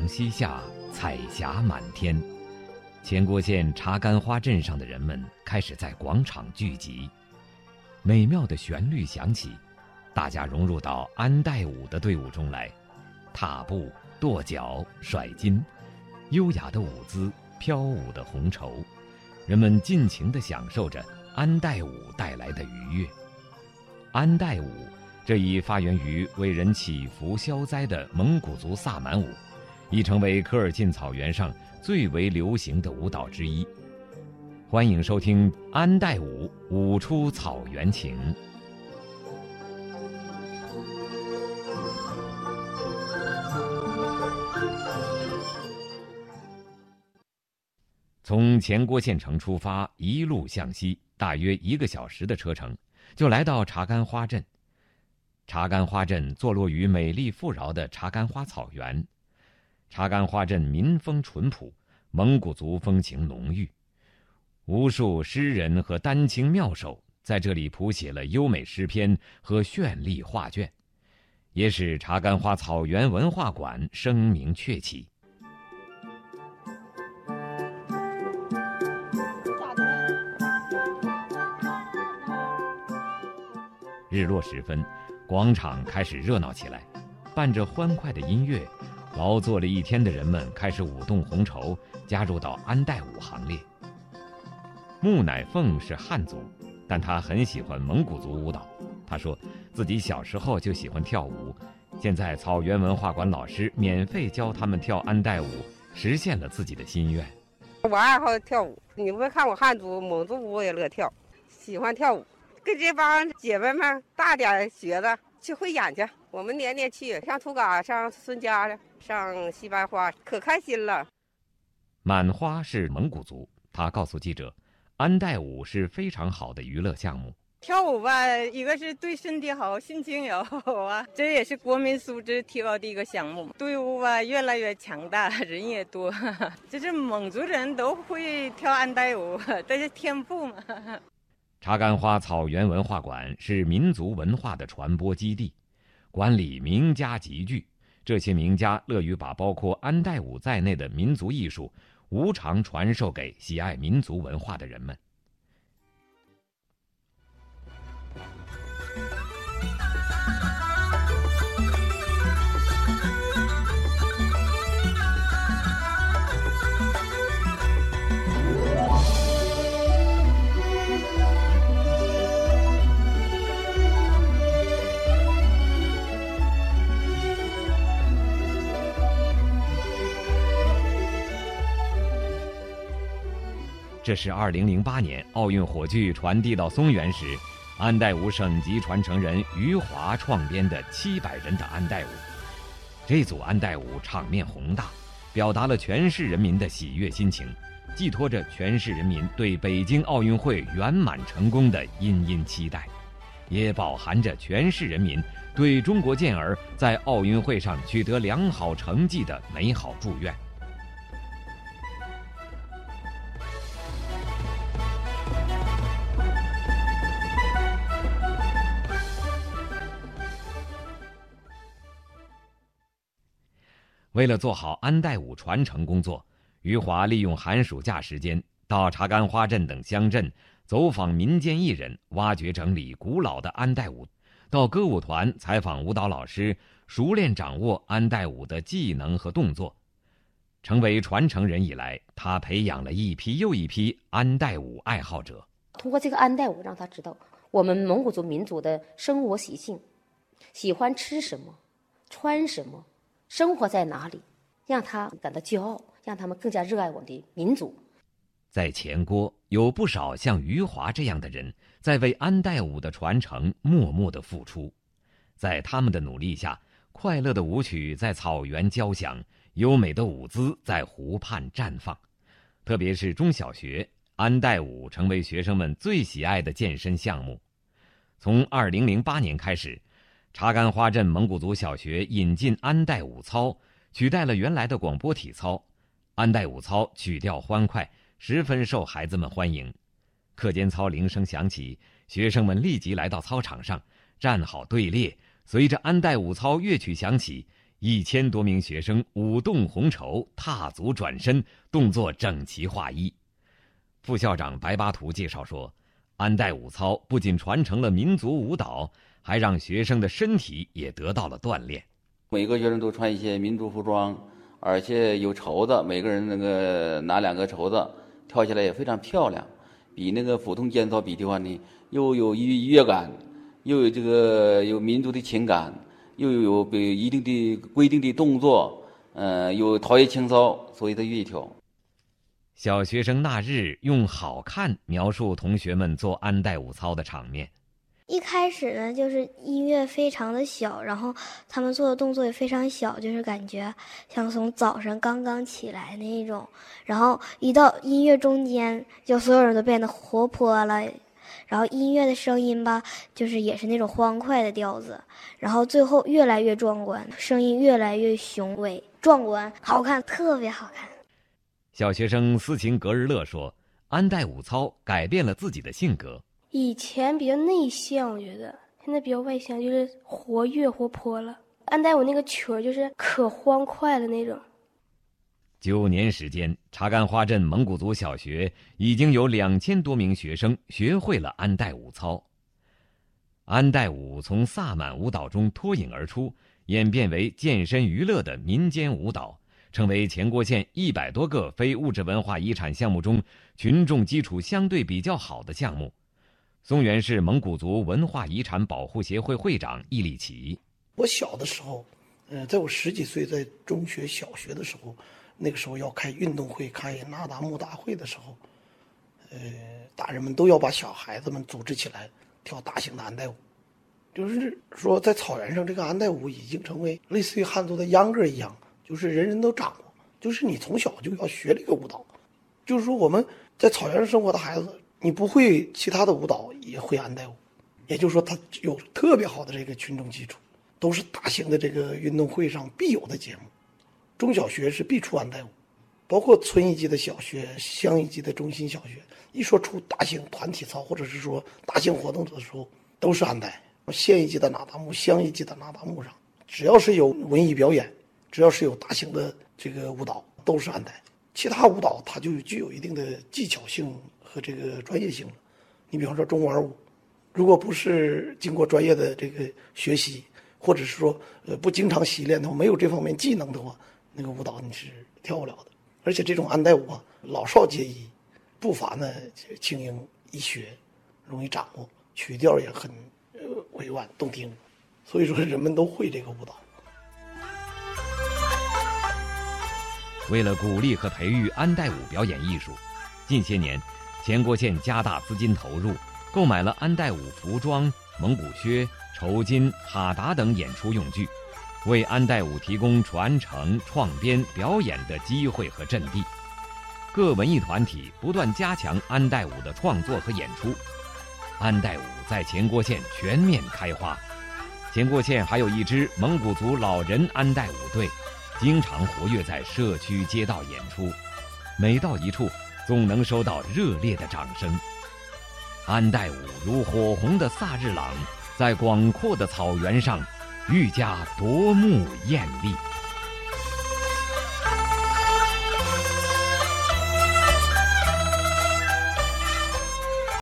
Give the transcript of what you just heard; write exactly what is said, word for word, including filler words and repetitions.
阳西下，彩霞满天。前郭县查干花镇上的人们开始在广场聚集，美妙的旋律响起，大家融入到安代舞的队伍中来，踏步、跺脚、甩筋，优雅的舞姿，飘舞的红绸，人们尽情地享受着安代舞带来的愉悦。安代舞这一发源于为人祈福消灾的蒙古族萨满舞，已成为科尔沁草原上最为流行的舞蹈之一。欢迎收听安代舞，舞出草原情。从前郭县城出发，一路向西，大约一个小时的车程，就来到查干花镇。查干花镇坐落于美丽富饶的查干花草原。查干花镇民风淳朴，蒙古族风情浓郁，无数诗人和丹青妙手在这里谱写了优美诗篇和绚丽画卷，也使查干花草原文化馆声名鹊起。日落时分，广场开始热闹起来，伴着欢快的音乐，劳作了一天的人们开始舞动红绸，加入到安代舞行列。穆乃凤是汉族，但他很喜欢蒙古族舞蹈。他说自己小时候就喜欢跳舞，现在草原文化馆老师免费教他们跳安代舞，实现了自己的心愿。 我爱好跳舞，你不看我汉族、蒙族舞我也乐跳，喜欢跳舞，跟这帮姐妹们大点学的去会演去。我们年年去，上土嘎、上孙家的、上西班花，可开心了。 满花是蒙古族，他告诉记者，安代舞是非常好的娱乐项目。 跳舞吧，一个是对身体好，心情也好啊，这也是国民素质提高的一个项目。队伍吧越来越强大，人也多，这是蒙族人都会跳安代舞，这是天赋嘛。 查干花草原文化馆是民族文化的传播基地，馆里名家集聚，这些名家乐于把包括安代舞在内的民族艺术无偿传授给喜爱民族文化的人们。这是二零零八年奥运火炬传递到松原时，安代舞省级传承人余华创编的七百人的安代舞。这组安代舞场面宏大，表达了全市人民的喜悦心情，寄托着全市人民对北京奥运会圆满成功的殷殷期待，也饱含着全市人民对中国健儿在奥运会上取得良好成绩的美好祝愿。为了做好安代舞传承工作，余华利用寒暑假时间到查干花镇等乡镇走访民间艺人，挖掘整理古老的安代舞，到歌舞团采访舞蹈老师，熟练掌握安代舞的技能和动作。成为传承人以来，他培养了一批又一批安代舞爱好者。 通过这个安代舞，让他知道我们蒙古族民族的生活习性，喜欢吃什么，穿什么，生活在哪里，让他感到骄傲，让他们更加热爱我们的民族。 在前郭有不少像余华这样的人，在为安代舞的传承默默地付出。在他们的努力下，快乐的舞曲在草原交响，优美的舞姿在湖畔绽放。特别是中小学，安代舞成为学生们最喜爱的健身项目。从二零零八年开始，查干花镇蒙古族小学引进安代舞操，取代了原来的广播体操。安代舞操曲调欢快，十分受孩子们欢迎。课间操铃声响起，学生们立即来到操场上，站好队列，随着安代舞操乐曲响起， 一千多名学生舞动红绸，踏足转身，动作整齐划一。副校长白巴图介绍说，安代舞操不仅传承了民族舞蹈，还让学生的身体也得到了锻炼。 每个学生都穿一些民族服装，而且有绸子，每个人那个拿两个绸子，跳起来也非常漂亮。比那个普通间操比的话呢，又有愉悦感，又有这个有民族的情感，又有一定的规定的动作，呃，有陶冶情操，所以他愿意跳。 小学生那日用好看描述同学们做安代舞操的场面。 一开始呢，就是音乐非常的小，然后他们做的动作也非常小，就是感觉像从早上刚刚起来那一种。然后一到音乐中间，就所有人都变得活泼了。然后音乐的声音吧，就是也是那种欢快的调子。然后最后越来越壮观，声音越来越雄伟、壮观、好看，特别好看。 小学生斯琴格日乐说，安代舞操改变了自己的性格。 以前比较内向，我觉得现在比较外向，就是活跃活泼了。安代舞那个曲儿就是可欢快了那种。 九年时间，查干花镇蒙古族小学已经有两千多名学生学会了安代舞操。安代舞从萨满舞蹈中脱颖而出，演变为健身娱乐的民间舞蹈，成为前郭县一百多个非物质文化遗产项目中群众基础相对比较好的项目。松原市蒙古族文化遗产保护协会会长易立奇： 我小的时候，呃，在我十几岁，在中学、小学的时候，那个时候要开运动会、开那达慕大会的时候，呃，大人们都要把小孩子们组织起来跳大型的安代舞。就是说，在草原上，这个安代舞已经成为类似于汉族的秧歌一样，就是人人都掌握，就是你从小就要学这个舞蹈。就是说，我们在草原上生活的孩子，你不会其他的舞蹈也会安代舞，也就是说他有特别好的这个群众基础，都是大型的这个运动会上必有的节目。中小学是必出安代舞，包括村一级的小学、乡一级的中心小学，一说出大型团体操或者是说大型活动的时候，都是安代。县一级的那达慕、乡一级的那达慕上，只要是有文艺表演，只要是有大型的这个舞蹈，都是安代。其他舞蹈它就具有一定的技巧性和这个专业性了。你比方说中丸舞，如果不是经过专业的这个学习，或者是说呃不经常习练的话，没有这方面技能的话，那个舞蹈你是跳不了的。而且这种安代舞啊，老少皆宜，步伐呢轻盈易学，容易掌握，曲调也很呃委婉动听，所以说人们都会这个舞蹈。 为了鼓励和培育安代舞表演艺术，近些年前郭县加大资金投入，购买了安代舞服装、蒙古靴、绸巾、哈达等演出用具，为安代舞提供传承、创编、表演的机会和阵地。各文艺团体不断加强安代舞的创作和演出，安代舞在前郭县全面开花。前郭县还有一支蒙古族老人安代舞队，经常活跃在社区街道演出，每到一处总能收到热烈的掌声。安代舞如火红的萨日朗，在广阔的草原上愈加夺目艳丽。